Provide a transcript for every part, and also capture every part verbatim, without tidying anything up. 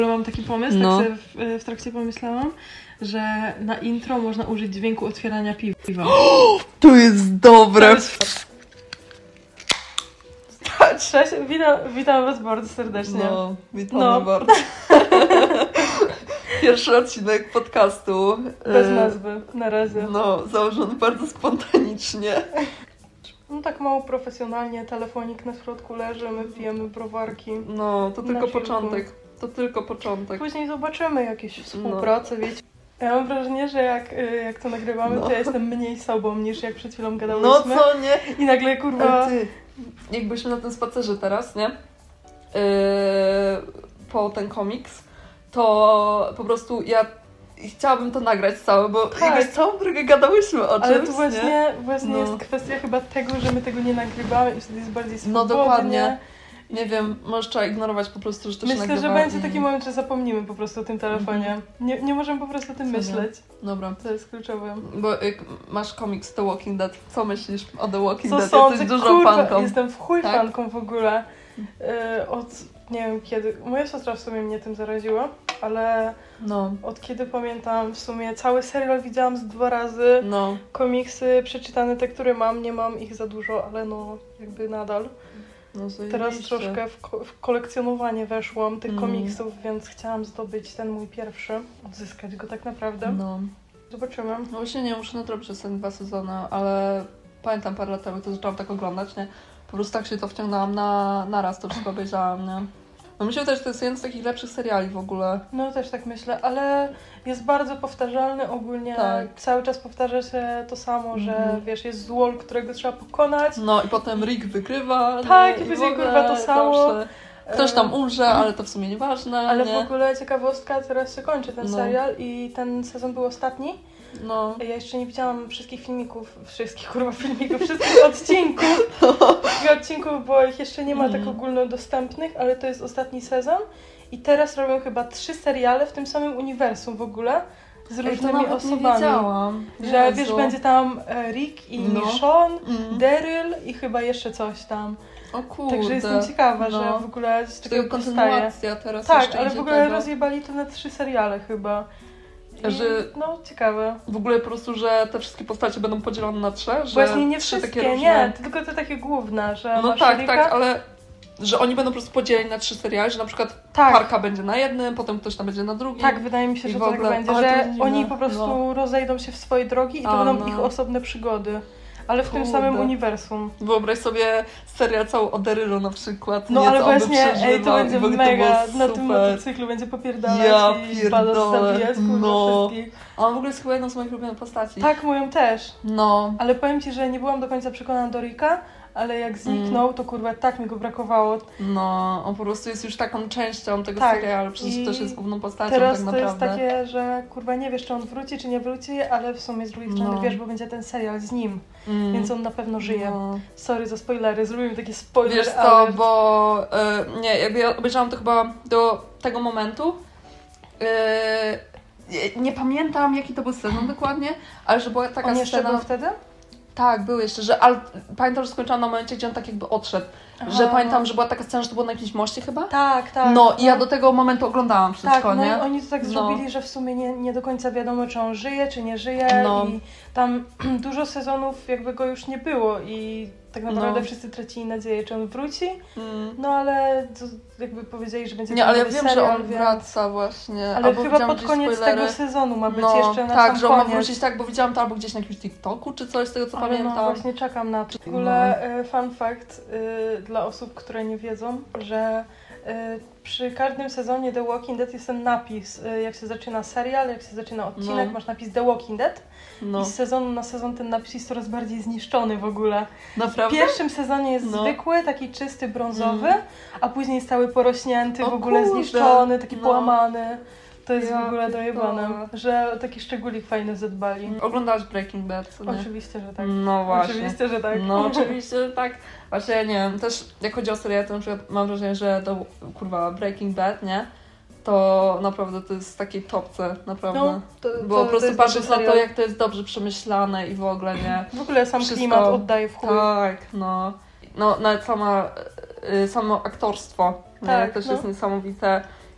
Mam taki pomysł, No. tak sobie w, w trakcie pomyślałam, że na intro można użyć dźwięku otwierania piwa. To jest dobre! To jest... Cześć, witam, witam was bardzo serdecznie. No, witamy No. bardzo. Pierwszy odcinek podcastu. Bez e, nazwy, na razie. No, założony bardzo spontanicznie. No tak mało profesjonalnie, telefonik na środku leży, my pijemy browarki. No, to Na tylko chwilkę. początek. To tylko początek. Później zobaczymy jakieś współpracę, wiecie. Ja mam wrażenie, że jak, y, jak to nagrywamy, No. to ja jestem mniej sobą niż jak przed chwilą No gadałyśmy. co, nie? I nagle kurwa... Ale ty, jakbyśmy na tym spacerze teraz, nie? Yy, po ten komiks, to po prostu ja chciałabym to nagrać całe, bo Tak. jakoś całą drogę gadałyśmy o czymś, Ale to właśnie, nie? właśnie No. jest kwestia chyba tego, że my tego nie nagrywamy i wtedy jest bardziej swobodnie. No dokładnie. Nie wiem, może trzeba ignorować po prostu, że to się Myślę, nagrywa. że będzie i... taki moment, że zapomnimy po prostu o tym telefonie. Nie, nie możemy po prostu o tym Co nie? myśleć. Dobra. To jest kluczowe. Bo jak masz komiks The Walking Dead, co myślisz o The Walking Co Dead? sądzę? Jesteś dużą Kurwa, fanką. jestem w chuj Tak? fanką w ogóle. Yy, od, nie wiem kiedy, moja siostra w sumie mnie tym zaraziła, ale No, od kiedy pamiętam w sumie cały serial widziałam z dwa razy. no. Komiksy przeczytane, te, które mam, nie mam ich za dużo, ale no jakby nadal. No Teraz zajebiście. troszkę w, ko- w kolekcjonowanie weszłam tych Mm. komiksów, więc chciałam zdobyć ten mój pierwszy, odzyskać go tak naprawdę. No. Zobaczymy. No właśnie nie, muszę nadrobić ostatnie dwa sezony, ale pamiętam parę lat temu, to zaczęłam tak oglądać, nie? Po prostu tak się to wciągnęłam na, na raz, to wszystko obejrzałam, nie? No myślę też, że to jest jeden z takich lepszych seriali w ogóle. No też tak myślę, ale jest bardzo powtarzalny ogólnie. Tak. Cały czas powtarza się to samo, że Mhm. wiesz, jest złol, którego trzeba pokonać. No i potem Rick wygrywa. Tak, nie? i później, w ogóle kurwa, to samo. zawsze Ktoś tam umrze, ale to w sumie nieważne, Ale nie? w ogóle ciekawostka, teraz się kończy ten No. serial i ten sezon był ostatni. No. Ja jeszcze nie widziałam wszystkich filmików, wszystkich kurwa filmików, wszystkich odcinków. Wszystkich odcinków, bo ich jeszcze nie ma tak Mhm. ogólnodostępnych, ale to jest ostatni sezon. I teraz robią chyba trzy seriale w tym samym uniwersum w ogóle. Z Ej, to różnymi nawet osobami. nie wiedziałam. Że Jezu. wiesz, będzie tam e, Rick i No. Michonne, Mm. Daryl i chyba jeszcze coś tam. O kurde. Także jestem ciekawa, no. że w ogóle z Czy tego tego powstaje. kontynuacja teraz Tak, jeszcze ale idzie w ogóle tego. rozjebali to na trzy seriale chyba. I, Że- No, ciekawe. W ogóle po prostu, że te wszystkie postacie będą podzielone na trzy? Że Właśnie nie trzy wszystkie, takie różne... nie, tylko te takie główne, że No masz tak, Ricka. tak, ale że oni będą po prostu podzieleni na trzy seriale, że na przykład tak, Parka będzie na jednym, potem ktoś tam będzie na drugim. tak, wydaje mi się, I że w to tak ogóle- będzie, ale to że jest dziwne. oni po prostu No. rozejdą się w swoje drogi i to A, będą no. ich osobne przygody. Ale w tym Kurde. samym uniwersum. Wyobraź sobie serial cały o Darylu na przykład. No nie, ale co on by właśnie, ej, to przeżywał będzie i w ogóle mega, to było na tym super. motocyklu będzie popierdalać Ja i badass pierdolę, zabijać, kurwa, no. wszystkich. A on w ogóle jest chyba jedną z moich ulubionych postaci. Tak, moją też. No. Ale powiem Ci, że nie byłam do końca przekonana do Ricka, ale jak zniknął, Mm. to kurwa tak mi go brakowało. No, on po prostu jest już taką częścią tego Tak. serialu, przecież I też jest główną postacią Teraz tak to naprawdę. jest takie, że kurwa nie wiesz, czy on wróci, czy nie wróci, ale w sumie z drugiej strony No. wiesz, bo będzie ten serial z nim, Mm. więc on na pewno żyje. No. Sorry za spoilery, zrobimy taki spoiler, Wiesz co, ale... bo y, nie, jakby ja obejrzałam to chyba do tego momentu. Y, nie, nie pamiętam jaki to był sezon dokładnie, ale że była taka On jeszcze scena. był wtedy? Tak, był jeszcze, że ale pamiętam, że skończyłam na momencie, gdzie on tak jakby odszedł. Że Aha. pamiętam, że była taka scena, że to było na jakimś moście chyba. Tak, tak. No i ja do tego momentu oglądałam wszystko, Tak, no nie? i oni to tak No. zrobili, że w sumie nie, nie do końca wiadomo, czy on żyje, czy nie żyje No. i tam dużo sezonów jakby go już nie było i tak naprawdę No. wszyscy tracili nadzieję, czy on wróci, Mm. no ale to jakby powiedzieli, że będzie Nie, ale ja nowy wiem, serial, że on więc... wraca właśnie. Ale albo chyba widziałam pod gdzieś koniec spoilery. tego sezonu ma być No, jeszcze na tak, sam że on ma koniec. wrócić tak, bo widziałam to albo gdzieś na jakimś TikToku czy coś z tego co Ale pamiętam. no właśnie czekam na to. W ogóle e, fun fact y, dla osób, które nie wiedzą, że y, przy każdym sezonie The Walking Dead jest ten napis, y, jak się zaczyna serial, jak się zaczyna odcinek, No. masz napis The Walking Dead No. i z sezonu na sezon ten napis jest coraz bardziej zniszczony w ogóle. W Naprawdę? pierwszym sezonie jest No. zwykły, taki czysty, brązowy, Mm. a później jest cały porośnięty, O w ogóle kurde. zniszczony, taki No. połamany. To jest Ja w ogóle dojebane, pierdolę. że taki szczególik fajny zadbali. Oglądałaś Breaking Bad, co nie? Oczywiście, że tak. No właśnie. Oczywiście, że tak. No oczywiście, że tak. Właśnie ja nie wiem, też jak chodzi o serial, to na przykład mam wrażenie, że to kurwa Breaking Bad, nie? To naprawdę to jest w takiej topce, naprawdę. No, to, Bo to, po prostu jest patrząc na dobry to, serial. jak to jest dobrze przemyślane i w ogóle nie. W ogóle sam Wszystko- klimat oddaje w chuj. Tak, no. No nawet sama, y, samo aktorstwo Tak, nie, też no. jest niesamowite.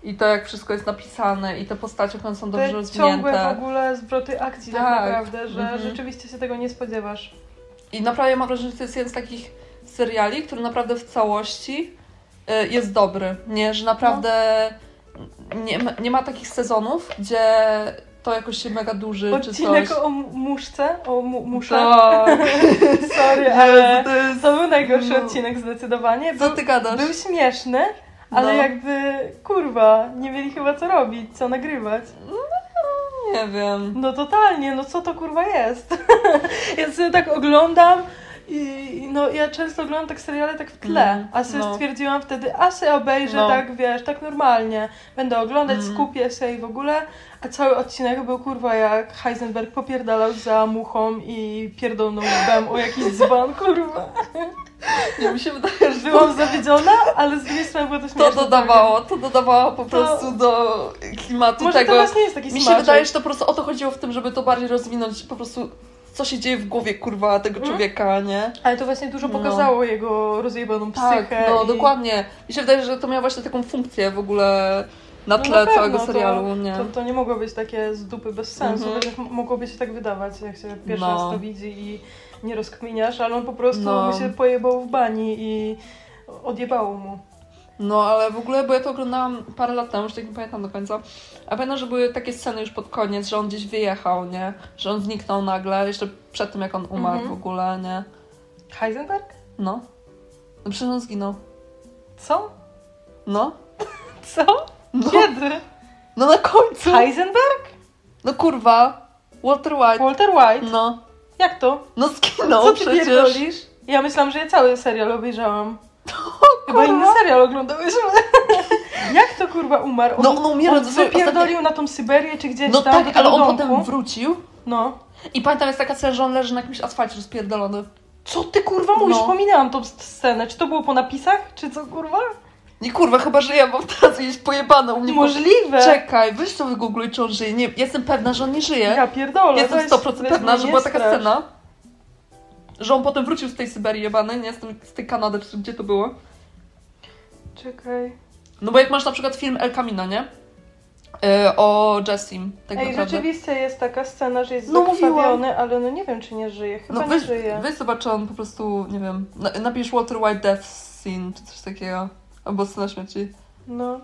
i to jak wszystko jest napisane i te postacie, które są dobrze te rozwinięte. ciągłe w ogóle zwroty akcji tak, Tak. naprawdę, że Mhm. rzeczywiście się tego nie spodziewasz. I naprawdę ja mam wrażenie, że to jest jeden z takich seriali, który naprawdę w całości y, jest dobry, nie? Że naprawdę nie, ma- nie ma takich sezonów, gdzie to jakoś się mega duży czy Odcinek coś. o m- muszce, o mu- musze. Tak. Sorry, ale to jest... to był najgorszy No. odcinek zdecydowanie. Co Był, ty gadasz? był śmieszny, ale No. jakby kurwa, nie mieli chyba co robić, co nagrywać. Nie wiem. No totalnie, no co to kurwa jest? Ja sobie tak oglądam i no ja często oglądam tak seriale tak w tle, Mm, a sobie no. stwierdziłam wtedy, a sobie obejrzę No. tak, wiesz, tak normalnie. Będę oglądać, Mm. skupię się i w ogóle, a cały odcinek był kurwa jak Heisenberg popierdalał za muchą i pierdolnął łbem o jakiś dzban, kurwa. Nie, mi się wydaje, że Byłam zawiedziona, ale z drugiej strony było to śmieszne. to dodawało, to dodawało po prostu do klimatu Może tego. to właśnie jest taki Mi się smaczek. wydaje, że to po prostu o to chodziło w tym, żeby to bardziej rozwinąć po prostu co się dzieje w głowie, kurwa, tego Mm. człowieka, nie? Ale to właśnie dużo No. pokazało jego rozjebaną psychę. Tak, no i... dokładnie. Mi się wydaje, że to miało właśnie taką funkcję w ogóle na No tle na pewno, całego to- serialu, nie? To, to nie mogło być takie z dupy bez sensu, Mhm. chociaż m- mogłoby się tak wydawać, jak się pierwszy No. raz to widzi i nie rozkminiasz, ale on po prostu No. mu się pojebał w bani i odjebało mu. No, ale w ogóle, bo ja to oglądałam parę lat temu, już tak nie pamiętam do końca, a pamiętam, że były takie sceny już pod koniec, że on gdzieś wyjechał, nie? Że on zniknął nagle, jeszcze przed tym, jak on umarł Mhm. w ogóle, nie? Heisenberg? No. No przecież on zginął. Co? No. Co? No, Kiedy? no na końcu. Heisenberg? No kurwa. Walter White. Walter White? No. Jak to? No zginął Co ty przecież. pierdolisz? Ja myślałam, że ja cały serial obejrzałam. Chyba kurwa. inny serial oglądałyśmy. Jak to kurwa umarł? On, No on umiera. on to sobie wypierdolił na tą Syberię czy gdzieś No tam tak, do tego ale on domku. potem wrócił. No. I pamiętam, jest taka scena, że on leży na jakimś asfalcie rozpierdolony. Co ty kurwa mówisz? No. Pominęłam tą scenę. Czy to było po napisach? Czy co kurwa? Nie kurwa, chyba że ja mam teraz gdzieś pojebane u mnie. Możliwe. Czekaj, weź to wygoogluj, czy on żyje. Nie, jestem pewna, że on nie żyje. Ja pierdolę. Jestem weź, sto procent weź pewna, mnie że nie była taka strasz. scena, że on potem wrócił z tej Syberii jebanej, nie? Z, tym, z tej Kanady, czy gdzie to było. Czekaj. No bo jak masz na przykład film El Camino, nie? Yy, o Jessim, tak Ej, naprawdę. rzeczywiście jest taka scena, że jest No, zakrwawiony, ale no nie wiem, czy nie żyje. Chyba No nie weź, żyje. weź zobacz, czy on po prostu, nie wiem, na- napisz Walter White Death Scene, czy coś takiego. Albo scena śmierci. No.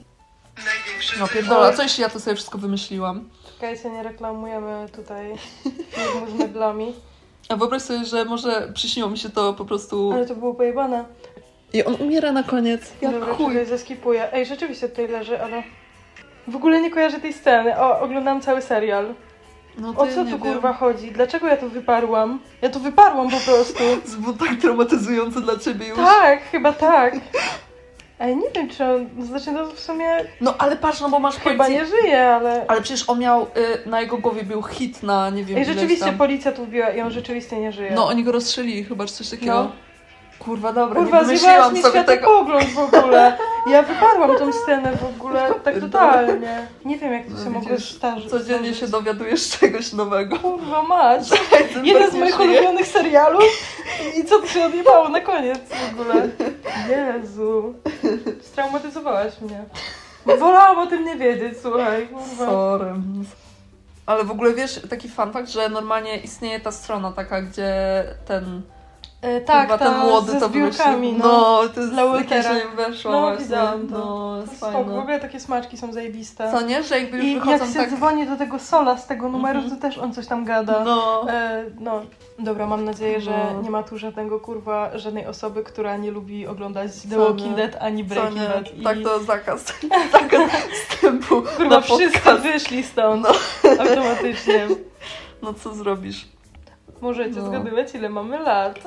No pierdolę, a co jeśli ja to sobie wszystko wymyśliłam? Czekajcie, nie reklamujemy tutaj filmu z meblami. A wyobraź sobie, że może przyśniło mi się to po prostu... Ale to było pojebane. I on umiera na koniec. Jak Dobra, chuj. czekaj, zeskipuję. Ej, rzeczywiście tutaj leży, ale... W ogóle nie kojarzę tej sceny. O, oglądam cały serial. No to O ja co nie tu wiem. kurwa chodzi? Dlaczego ja to wyparłam? Ja to wyparłam po prostu. To było tak traumatyzujące dla ciebie już. Tak, chyba tak. Ej, nie wiem, czy on... Znaczy, no w sumie No ale patrz, no bo masz chyba policję. nie żyje, ale... Ale przecież on miał, y, na jego głowie był hit na, nie wiem, Ej, ileś rzeczywiście tam. policja tu wbiła i on rzeczywiście nie żyje. No oni go rozstrzelili chyba, czy coś takiego. No. Kurwa, dobra, Kurwa, nie zjebałaś wymyśliłam mi sobie tego. światopogląd w ogóle. Ja wyparłam tą scenę w ogóle tak totalnie. Nie wiem, jak to się No, mogło widzisz, zdarzyć. Codziennie się dowiadujesz czegoś nowego. Kurwa mać. Heisenberg Jeden z nie moich żyje. ulubionych serialów i co tu się odjebało na koniec w ogóle. Jezu. Straumatyzowałaś mnie. Wolałam o tym nie wiedzieć, słuchaj. Kurwa. Sorry. Ale w ogóle wiesz, taki fun fact, że normalnie istnieje ta strona taka, gdzie ten, E, tak, kurwa, ta ten młody ze to zbiórkami, wymyślił. no. No, to jest Dla takie, Waltera. że im weszło No, właśnie. widziałam to. No, jest Spoko. W fajne. ogóle takie smaczki są zajebiste. Co nie? Że jakby już I jak wychodzą się tak... dzwoni do tego Sola z tego numeru, Mhm. to też on coś tam gada. No. E, no, dobra, mam nadzieję, że No. nie ma tu żadnego kurwa, żadnej osoby, która nie lubi oglądać The Co Walking nie? Dead ani Co Breaking nie? Bad. I Tak, to zakaz. Zakaz wstępu kurwa, na wszyscy podcast. wyszli stąd No. automatycznie. No co zrobisz? Możecie No. zgadywać, ile mamy lat.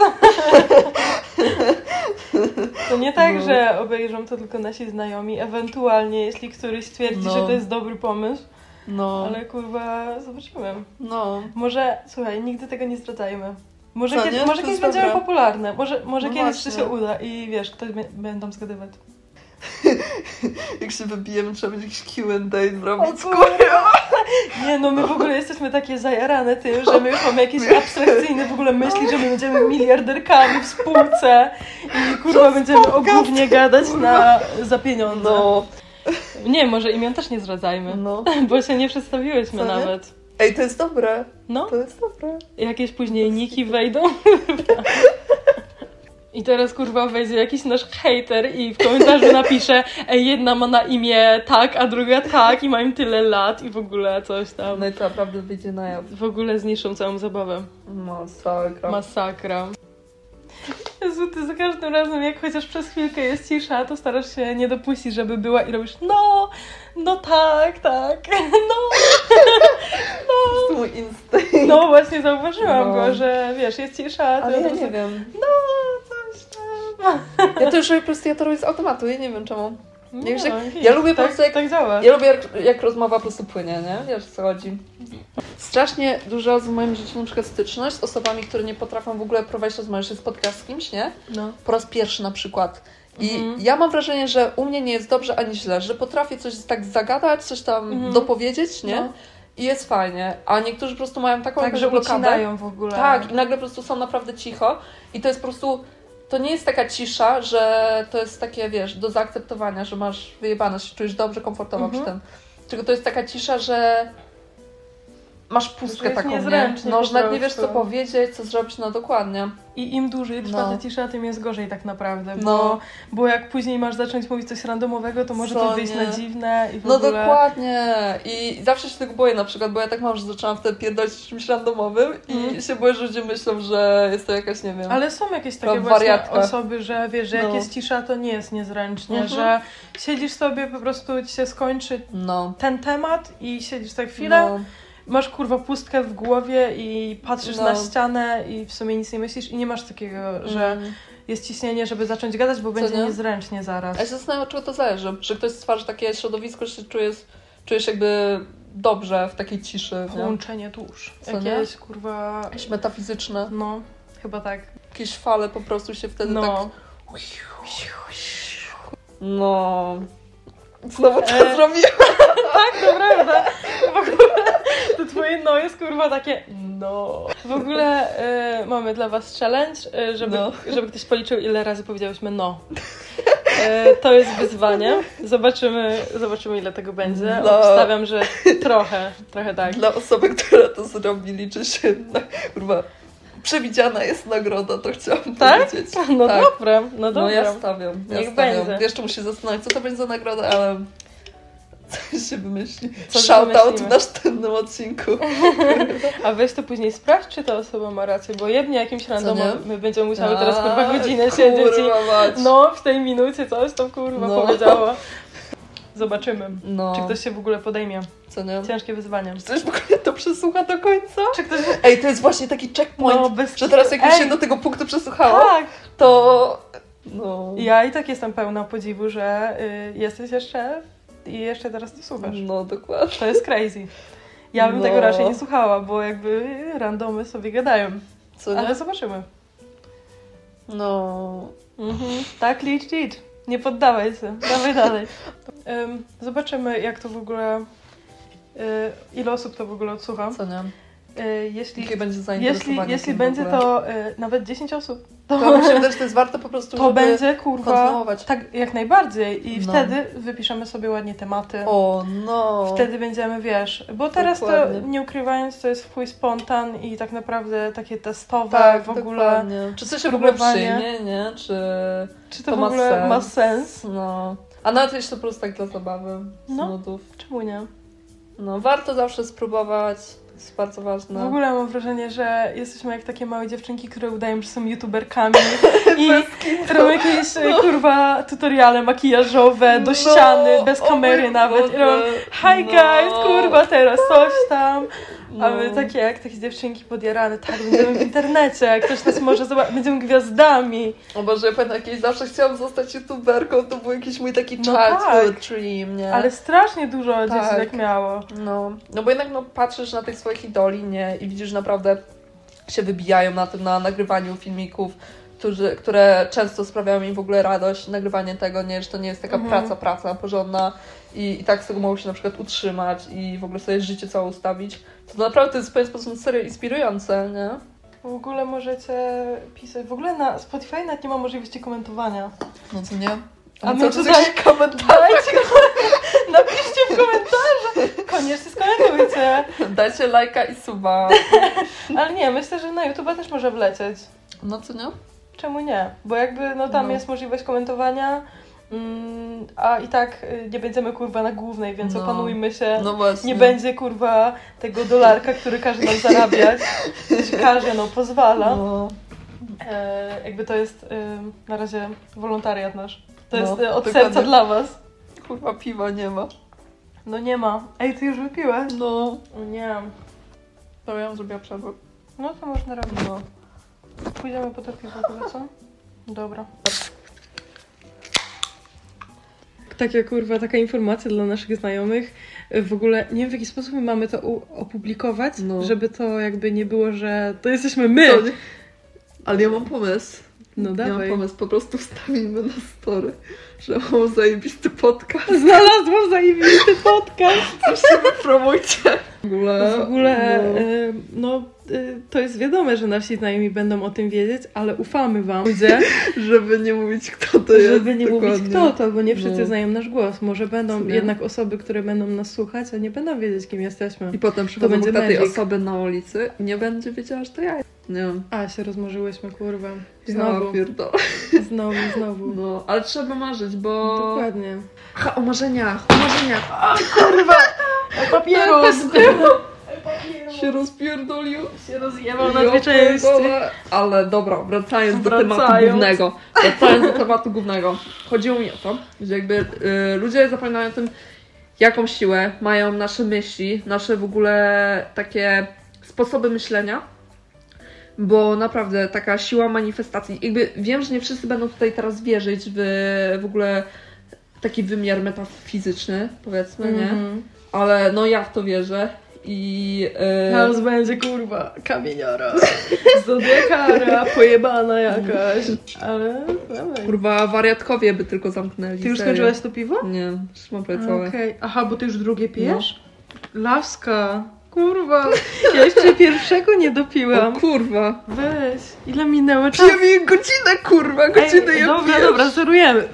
To nie tak, No. że obejrzą to tylko nasi znajomi. Ewentualnie, jeśli któryś stwierdzi, No. że to jest dobry pomysł. No. Ale kurwa, zobaczymy. No. Może, słuchaj, nigdy tego nie zdradzajmy. Może, Co, kiedy, nie? może To kiedyś jest będziemy dobre. popularne. Może, może No kiedyś właśnie. to się uda i wiesz, ktoś b- będą zgadywać. Jak się wybijemy, trzeba będzie jakiś Q and A zrobić. O kurwa! Nie no, my w ogóle jesteśmy takie zajarane tym, że my już mamy jakieś abstrakcyjne w ogóle myśli, że my będziemy miliarderkami w spółce i kurwa będziemy o gównie gadać na, za pieniądze. No. Nie, może imion też nie zdradzajmy, No. bo się nie przedstawiłyśmy Co, nie? nawet. Ej, to jest dobre. No, To jest dobre. jakieś później niki wejdą. I teraz kurwa wejdzie jakiś nasz hejter i w komentarzu napisze ej, jedna ma na imię tak, a druga tak i ma im tyle lat i w ogóle coś tam. No i to naprawdę wyjdzie na jaw. W ogóle zniszczą całą zabawę. Masakra. Masakra. Jezu, ty za każdym razem, jak chociaż przez chwilkę jest cisza, to starasz się nie dopuścić, żeby była i robisz no, no tak, tak, no, To jest mój instynkt. no właśnie zauważyłam No. go, że wiesz, jest cisza, to Ale ja po prostu, nie wiem. no, coś tam. Ja to już robię po prostu, ja to robię z automatu, ja nie wiem czemu. No, Jak się- git. ja lubię po tak, prostu jak- tak działa. Ja lubię jak, jak rozmowa po prostu płynie, nie? Wiesz o co chodzi. Strasznie dużo w moim życiu na przykład styczność z osobami, które nie potrafią w ogóle prowadzić rozmowy, że spotkasz z kimś, nie? No. Po raz pierwszy na przykład. I Mhm. ja mam wrażenie, że u mnie nie jest dobrze ani źle, że potrafię coś tak zagadać, coś tam Mhm. dopowiedzieć, nie? No. I jest fajnie. A niektórzy po prostu mają taką Tak, jakąś że blokadę. ucinają w ogóle. Tak, i nagle po prostu są naprawdę cicho. I to jest po prostu, to nie jest taka cisza, że to jest takie, wiesz, do zaakceptowania, że masz wyjebane, się czujesz dobrze, komfortowo Mhm. przy tym. Tylko to jest taka cisza, że masz pustkę jest taką, nie? niezręcznie No, po że nawet nie wiesz, prostu. co powiedzieć, co zrobić, no dokładnie. I im dłużej trwa No. ta cisza, tym jest gorzej tak naprawdę, bo, No. bo jak później masz zacząć mówić coś randomowego, to może Co to wyjść nie? na dziwne i w No ogóle... dokładnie. I zawsze się tego boję na przykład, bo ja tak mam, że zaczęłam wtedy pierdolić czymś randomowym i Mhm. się boję, że ludzie myślą, że jest to jakaś, nie wiem... Ale są jakieś Ta takie właśnie wariatka. osoby, że wiesz, że jak No. jest cisza, to nie jest niezręcznie, Mhm. że siedzisz sobie, po prostu ci się skończy No. ten temat i siedzisz tak chwilę, No. masz kurwa pustkę w głowie i patrzysz No. na ścianę i w sumie nic nie myślisz i nie masz takiego, że Mm. jest ciśnienie, żeby zacząć gadać, bo będzie nie? niezręcznie zaraz. Ja się zastanawiam, od czego to zależy. Że ktoś stwarza takie środowisko, że się czujesz, czujesz jakby dobrze w takiej ciszy. Nie? Połączenie dusz. Co nie? Jakieś kurwa... Jakieś metafizyczne. No, chyba tak. Jakieś fale po prostu się wtedy No. tak... No... Znowu to E. zrobiłem. Tak, to prawda. W ogóle to twoje no jest kurwa takie no. W ogóle y, mamy dla was challenge, y, żeby, No. żeby ktoś policzył, ile razy powiedziałyśmy no. Y, to jest wyzwanie. Zobaczymy, zobaczymy ile tego będzie. No. Obstawiam, że trochę, trochę tak. Dla osoby, która to zrobi, liczy się na... Kurwa, przewidziana jest nagroda, to chciałam Tak? powiedzieć. No Tak. dobra, no dobra. No ja stawiam. Ja Niech stawiam. będzie. Jeszcze muszę się zastanowić, co to będzie za nagroda, ale coś się wymyśli. Coś Shoutout wymyślimy. w następnym odcinku. A weź to później sprawdź, czy ta osoba ma rację, bo jednie jakimś randomowym, my będziemy musiały teraz kurwa godzinę siedzieć i Kurwa mać. no w tej minucie coś tam kurwa No. powiedziała. Zobaczymy, No. czy ktoś się w ogóle podejmie. Co nie? Ciężkie wyzwanie. Czy ktoś w ogóle to przesłucha do końca? Czy ktoś... Ej, to jest właśnie taki checkpoint, No, bez... że teraz jak już Ej, się do tego punktu przesłuchało, tak! to... No... Ja i tak jestem pełna podziwu, że y, jesteś jeszcze i jeszcze teraz to słuchasz. No, dokładnie. To jest crazy. Ja bym No. tego raczej nie słuchała, bo jakby randomy sobie gadają. Co nie? Ale zobaczymy. No... Mhm. Tak, licz, licz. Nie poddawaj się. Dawaj dalej. Ym, zobaczymy, jak to w ogóle... Y, ile osób to w ogóle odsłucha. Co nie? Y, jeśli Jakie będzie jeśli, zainteresowanie jeśli tym w będzie ogóle? to y, nawet dziesięć osób, to, To mi się wydaje, że to jest warto po prostu, to żeby będzie kurwa kontynuować. tak jak najbardziej i No. wtedy wypiszemy sobie ładnie tematy. O, no. Wtedy będziemy, wiesz, bo teraz Dokładnie. to nie ukrywając, to jest wpój spontan i tak naprawdę takie testowe Tak, w ogóle. dokładnie. Czy coś się w ogóle spróbowanie. przyjmie, nie? Czy Czy to, to w ma ogóle sens? ma sens? No. A nawet jeśli to po prostu tak dla zabawy, z No. nudów. Czemu nie? No, warto zawsze spróbować. To jest bardzo ważne. W ogóle mam wrażenie, że jesteśmy jak takie małe dziewczynki, które udają, że są youtuberkami i robią jakieś No. kurwa tutoriale makijażowe do No, ściany, bez o kamery mój nawet. I Boże. robią, hi No. guys, kurwa teraz coś tam. A my No. takie jak takie dziewczynki podjarane, tak, będziemy w internecie, jak ktoś nas może zobaczyć, będziemy gwiazdami. O Boże, ja pamiętam, kiedyś zawsze chciałam zostać youtuberką, to był jakiś mój taki No childhood tak. dream, nie? Ale strasznie dużo Tak. dzieci tak miało. No, no bo jednak no, patrzysz na tych swoich idoli, nie? I widzisz, że naprawdę się wybijają na tym, na nagrywaniu filmików, którzy, które często sprawiają im w ogóle radość, nagrywanie tego, nie? Że to nie jest taka Mhm. praca, praca porządna i, i tak z tego mogą się na przykład utrzymać i w ogóle sobie życie całe ustawić. To naprawdę to jest w pewien sposób serio inspirujące, nie? W ogóle możecie pisać, w ogóle na Spotify nawet nie ma możliwości komentowania. No co nie? A my co, to tutaj- jakiś komentarz. Dajcie, Napiszcie w komentarzach. Koniecznie skomentujcie. Dajcie lajka i suba. Ale nie, myślę, że na YouTube też może wlecieć. No co nie? Czemu nie? Bo jakby no tam No. jest możliwość komentowania, mm, a i tak y, nie będziemy kurwa na głównej, więc No. opanujmy się. No właśnie. Nie będzie kurwa tego dolarka, który każe nam zarabiać. Znaczy każe, no pozwala. No. E, jakby to jest e, na razie wolontariat nasz. To No, jest e, od dokładnie. serca dla was. Kurwa piwa nie ma. No nie ma. Ej, ty już wypiłeś? No. O nie. To ja bym zrobiła przerwę. No to można robić. No. Pójdziemy po to piwo, chyba co? Dobra. Takie kurwa, taka informacja dla naszych znajomych. W ogóle nie wiem w jaki sposób my mamy to u- opublikować, No. żeby to jakby nie było, że to jesteśmy my. Co? Ale ja mam pomysł. No Ja dawaj. mam pomysł. Po prostu wstawimy na story, że mam zajebisty podcast. Znalazłam zajebisty podcast. Prosimy, promujcie. W ogóle. W ogóle, No. e, no e, to jest wiadome, że nasi znajomi będą o tym wiedzieć, ale ufamy wam, ludzie, Żeby nie mówić, kto to jest. żeby nie mówić dokładnie. kto to, bo nie wszyscy No. znają nasz głos. Może będą Nie. jednak osoby, które będą nas słuchać, a nie będą wiedzieć, kim jesteśmy. I potem przychodzą będzie do tej magic. osoby na ulicy i nie będzie wiedziała, że to ja. Nie wiem. A, się rozmarzyłyśmy, kurwa. Ja Znowu, pierdolę. znowu, znowu. No, ale trzeba marzyć, bo... Dokładnie. Aha, o marzeniach, o marzeniach. Kurwa! Papieros! Się rozpierdolił. się rozjebał Ja na dwie części. pierdolę. Ale dobra, wracając do tematu Wracając. głównego. Wracając do tematu głównego. Chodziło mi o to, że jakby y, ludzie zapominają o tym, jaką siłę mają nasze myśli, nasze w ogóle takie sposoby myślenia. Bo naprawdę taka siła manifestacji, jakby wiem, że nie wszyscy będą tutaj teraz wierzyć w w ogóle taki wymiar metafizyczny, powiedzmy, nie? Mhm. Ale no ja w to wierzę i... Yy, Nas będzie kurwa kamieniara, zodiakara, pojebana jakaś, ale dawaj. kurwa, wariatkowie by tylko zamknęli. Ty już serio. skończyłaś to piwo? Nie, już mam prawie całe. Okej, aha, bo ty już drugie pijesz? Laska, kurwa, ja jeszcze pierwszego nie O dopiłam. kurwa. Weź, ile minęło czasu? Ja mi godzinę, kurwa, godzinę Ej, ja dobra, piję. dobra, zerujemy.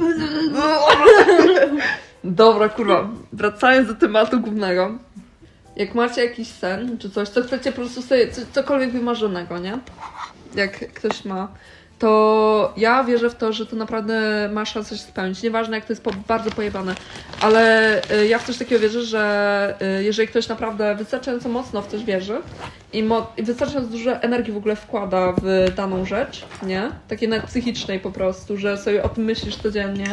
Dobra, kurwa, wracając do tematu głównego. Jak macie jakiś sen, czy coś, co chcecie po prostu sobie, co, cokolwiek wymarzonego, nie? Jak ktoś ma, to ja wierzę w to, że to naprawdę ma szansę się spełnić. Nieważne, jak to jest po, bardzo pojebane. Ale y, ja w coś takiego wierzę, że y, jeżeli ktoś naprawdę wystarczająco mocno w coś wierzy i, mo- i wystarczająco dużo energii w ogóle wkłada w daną rzecz, nie? Takiej nawet psychicznej po prostu, że sobie o tym myślisz codziennie,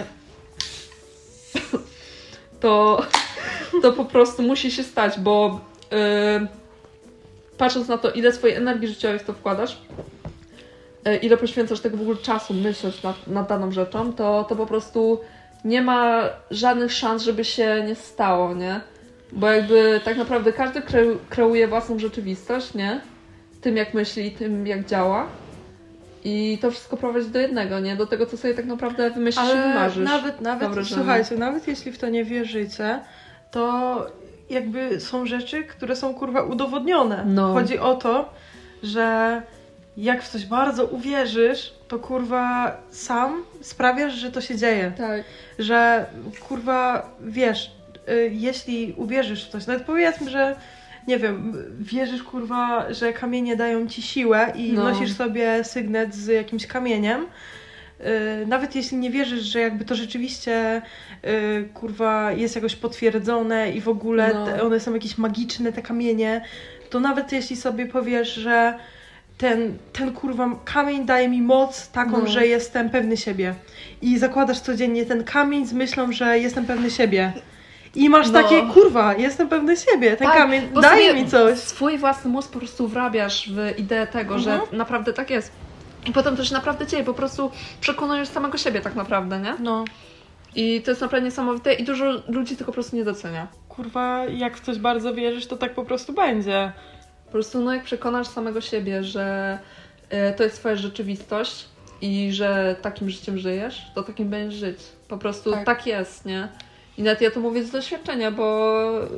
to, to po prostu musi się stać, bo yy, patrząc na to, ile swojej energii życiowej w to wkładasz, yy, ile poświęcasz tego w ogóle czasu myśleć nad, nad daną rzeczą, to, to po prostu nie ma żadnych szans, żeby się nie stało, nie? Bo jakby tak naprawdę każdy kre, kreuje własną rzeczywistość, nie? Tym jak myśli i tym jak działa. I to wszystko prowadzi do jednego, nie? Do tego, co sobie tak naprawdę wymyślisz i Ale wymarzysz. nawet, nawet, Dobre żony. słuchajcie, nawet jeśli w to nie wierzycie, to jakby są rzeczy, które są kurwa udowodnione. No. Chodzi o to, że jak w coś bardzo uwierzysz, to kurwa sam sprawiasz, że to się dzieje. Tak. Że kurwa wiesz, y, jeśli uwierzysz w coś, nawet powiedzmy, że nie wiem, wierzysz kurwa, że kamienie dają ci siłę i No. nosisz sobie sygnet z jakimś kamieniem. Yy, nawet jeśli nie wierzysz, że jakby to rzeczywiście yy, kurwa jest jakoś potwierdzone i w ogóle No. te, one są jakieś magiczne, te kamienie, to nawet jeśli sobie powiesz, że ten, ten kurwa kamień daje mi moc taką, No. że jestem pewny siebie i zakładasz codziennie ten kamień z myślą, że jestem pewny siebie. I masz No. takie, kurwa, jestem pewny siebie, ten Tak, kamień bo daje sobie mi coś. Swój własny mózg po prostu wrabiasz w ideę tego, Mhm. że naprawdę tak jest. I potem to się naprawdę dzieje, po prostu przekonujesz samego siebie tak naprawdę, nie? No, I to jest naprawdę niesamowite i dużo ludzi tego po prostu nie docenia. kurwa, jak w coś bardzo wierzysz, to tak po prostu będzie. Po prostu no jak przekonasz samego siebie, że y, to jest twoja rzeczywistość i że takim życiem żyjesz, to takim będziesz żyć. Po prostu Tak. tak, jest, nie? I nawet ja to mówię z doświadczenia, bo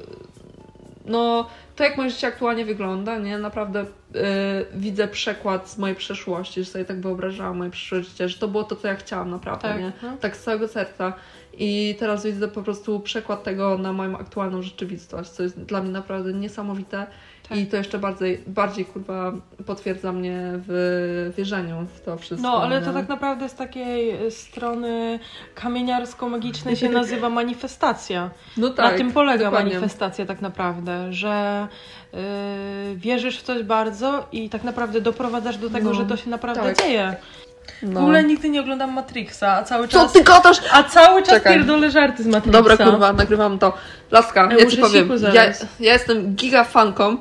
no to jak moje życie aktualnie wygląda, nie? Naprawdę y, widzę przekład z mojej przeszłości, że sobie tak wyobrażałam moje przyszłe życie, że to było to, co ja chciałam naprawdę, Tak, nie? no. Tak z całego serca. I teraz widzę po prostu przekład tego na moją aktualną rzeczywistość, co jest dla mnie naprawdę niesamowite. Tak. I to jeszcze bardziej, bardziej kurwa potwierdza mnie w wierzeniu w to wszystko. No, ale nie? to tak naprawdę z takiej strony kamieniarsko-magicznej się nazywa manifestacja. No tak, na tym polega dokładnie. manifestacja tak naprawdę, że yy, wierzysz w coś bardzo i tak naprawdę doprowadzasz do tego, no, że to się naprawdę tak. dzieje. No. W ogóle nigdy nie oglądam Matrixa, a cały czas... Co ty gadasz? A cały czas Czekaj. pierdolę żarty z Matrixa. Dobra, kurwa, nagrywam to. Laska, Ja ja ci powiem, ja, ja jestem giga fanką.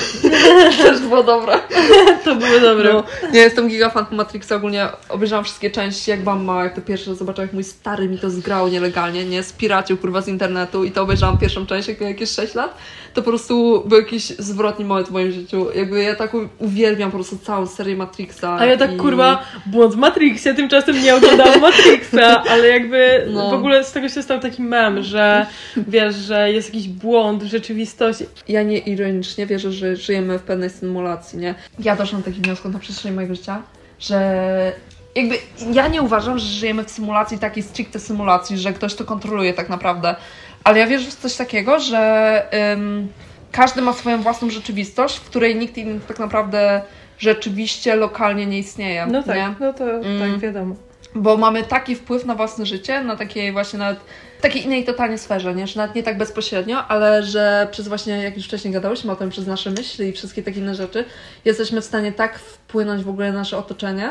Też było dobre. To było dobre. No, ja jestem giga fanką Matrixa, ogólnie obejrzałam wszystkie części, jak byłam mała, jak to pierwszy raz zobaczyłam, jak mój stary mi to zgrał nielegalnie, nie, spiracił kurwa z internetu i to obejrzałam pierwszą część, jak miałam jakieś sześć lat, to po prostu był jakiś zwrotny moment w moim życiu. Jakby ja tak uwielbiam po prostu całą serię Matrixa. A ja tak i... kurwa, błąd w Matrixie, tymczasem nie oglądałam Matrixa, ale jakby no. w ogóle z tego się stał taki mem, że wiesz, że jest jakiś błąd w rzeczywistości. Ja nie ironicznie wierzę, że żyjemy w pewnej symulacji, nie? Ja doszłam do takich wniosków na przestrzeni mojego życia, że jakby ja nie uważam, że żyjemy w symulacji, takiej stricte symulacji, że ktoś to kontroluje tak naprawdę, ale ja wierzę w coś takiego, że ym, każdy ma swoją własną rzeczywistość, w której nikt inny tak naprawdę rzeczywiście lokalnie nie istnieje. No tak, nie? no to mm. tak, wiadomo. Bo mamy taki wpływ na własne życie, na takiej właśnie nawet w takiej innej totalnie sferze, nie? Że nawet nie tak bezpośrednio, ale że przez właśnie, jak już wcześniej gadałyśmy o tym, przez nasze myśli i wszystkie takie inne rzeczy, jesteśmy w stanie tak wpłynąć w ogóle na nasze otoczenie,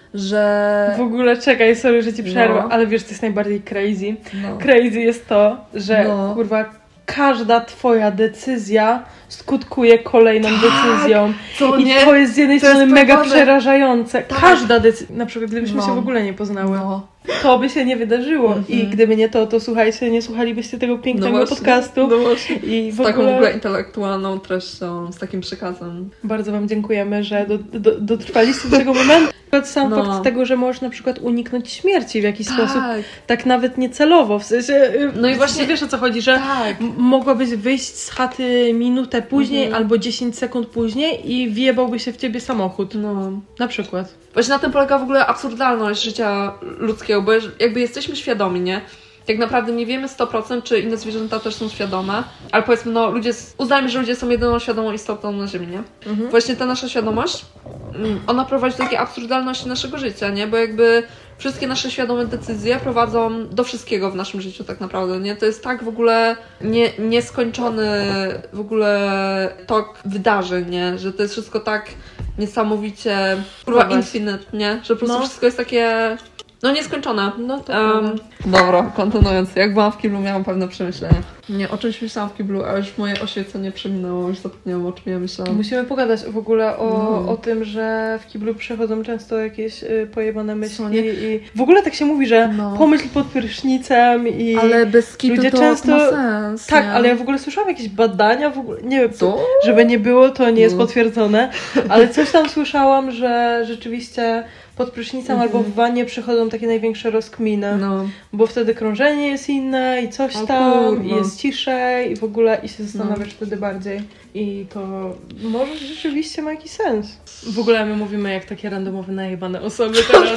że... W ogóle czekaj, sorry, że ci przerwę, no. ale wiesz, co jest najbardziej crazy? No. Crazy jest to, że no. kurwa każda twoja decyzja skutkuje kolejną tak, decyzją. To I nie? to jest z jednej to strony jest mega pewne. przerażające. Tak. Każda decyzja, na przykład gdybyśmy no. się w ogóle nie poznały, no. to by się nie wydarzyło. Mm-hmm. I gdyby nie to, to słuchajcie, nie słuchalibyście tego pięknego no właśnie, podcastu. No właśnie. I w z taką ogóle... w ogóle intelektualną treścią, z takim przekazem. Bardzo wam dziękujemy, że do, do, dotrwaliście do tego momentu. Sam no. fakt tego, że możesz na przykład uniknąć śmierci w jakiś tak. sposób, tak nawet niecelowo, w sensie, no i właśnie wiesz o co chodzi, że tak. m- mogłabyś wyjść z chaty minutę później mhm. albo dziesięć sekund później i wjebałby się w ciebie samochód. No. Na przykład. Właśnie na tym polega w ogóle absurdalność życia ludzkiego, bo jakby jesteśmy świadomi, nie? Tak naprawdę nie wiemy sto procent, czy inne zwierzęta też są świadome, ale powiedzmy, no ludzie, uznajmy, że ludzie są jedyną świadomą istotą na Ziemi, nie? Mhm. Właśnie ta nasza świadomość, ona prowadzi do takiej absurdalności naszego życia, nie? Bo jakby wszystkie nasze świadome decyzje prowadzą do wszystkiego w naszym życiu tak naprawdę, nie? To jest tak w ogóle nie, nieskończony w ogóle tok wydarzeń, nie? Że to jest wszystko tak niesamowicie, kurwa, no infinite, nie? Że po prostu no. wszystko jest takie... No nieskończone. No to um, Dobra, kontynuując. Jak byłam w kiblu, miałam pewne przemyślenia. Nie, o czymś myślałam w kiblu, a już moje oświecenie przeminęło, już zapomniałam, o czym ja myślałam. Musimy pogadać w ogóle o, no. o tym, że w kiblu przechodzą często jakieś y, pojebane myśli i w ogóle tak się mówi, że no. pomyśl pod prysznicem i ale bez kitu ludzie to często ma sens. tak, nie? ale ja w ogóle słyszałam jakieś badania, w ogóle nie wiem, co? Żeby nie było, to nie jest no. potwierdzone, ale coś tam słyszałam, że rzeczywiście pod prysznicem mm-hmm. albo w wannie przychodzą takie największe rozkminy, no. bo wtedy krążenie jest inne i coś o, tam kurwa. i jest ciszej i w ogóle i się zastanawiasz no. wtedy bardziej i to może rzeczywiście ma jakiś sens. W ogóle my mówimy jak takie randomowe najebane osoby teraz.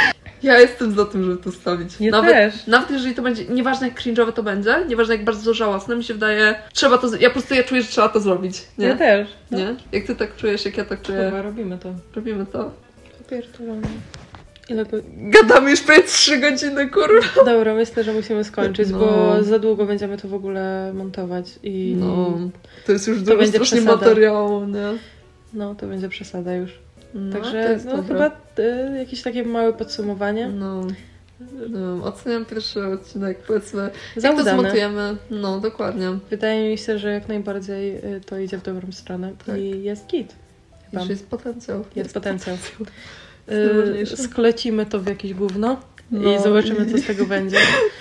Ja jestem za tym, żeby to stawić. Ja nawet, też. Nawet jeżeli to będzie, nieważne jak cringe'owe to będzie, nieważne jak bardzo żałosne, mi się wydaje, trzeba to, ja po prostu ja czuję, że trzeba to zrobić. Nie? Ja też. No. Nie? Jak ty tak czujesz, jak ja tak czuję. Chyba robimy to. Robimy to. Pierdolone. Ile go... Gadamy już prawie trzy godziny, kurwa. Dobra, myślę, że musimy skończyć, no. bo za długo będziemy to w ogóle montować i... No, to jest już to dużo będzie strasznie przesada. materiału, nie? No, to będzie przesada już. No, Także no, chyba y, jakieś takie małe podsumowanie. No. No, oceniam pierwszy odcinek, powiedzmy. Za jak to udane. zmontujemy? No, dokładnie. Wydaje mi się, że jak najbardziej y, to idzie w dobrą stronę tak. i jest git. Już jest potencjał. Jest, jest potencjał. potencjał. Y, sklecimy to w jakieś gówno no. i zobaczymy, co z tego będzie.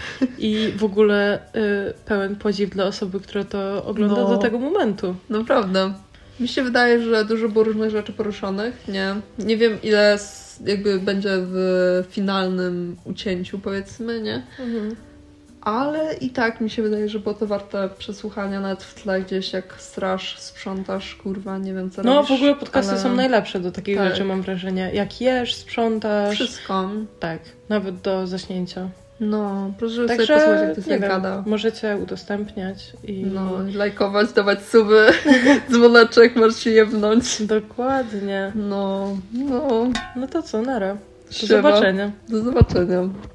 I w ogóle y, pełen podziw dla osoby, która to ogląda no. do tego momentu. Naprawdę. Mi się wydaje, że dużo było różnych rzeczy poruszonych, nie? Nie wiem, ile jakby będzie w finalnym ucięciu, powiedzmy, nie? Mhm. Ale i tak mi się wydaje, że było to warte przesłuchania, nawet w tle gdzieś jak straż, sprzątasz, kurwa, nie wiem co No robisz. w ogóle podcasty ale... są najlepsze do takich tak. rzeczy, mam wrażenie. Jak jesz, sprzątasz. Wszystko. Tak, nawet do zaśnięcia. No, proszę sobie Także, posłuchać, jak to nie sobie wiem, gada. możecie udostępniać i... No, lajkować, dawać suby, dzwoneczek, możesz się jebnąć. Dokładnie. No, no. No to co, nara. Do Siema. zobaczenia. Do zobaczenia.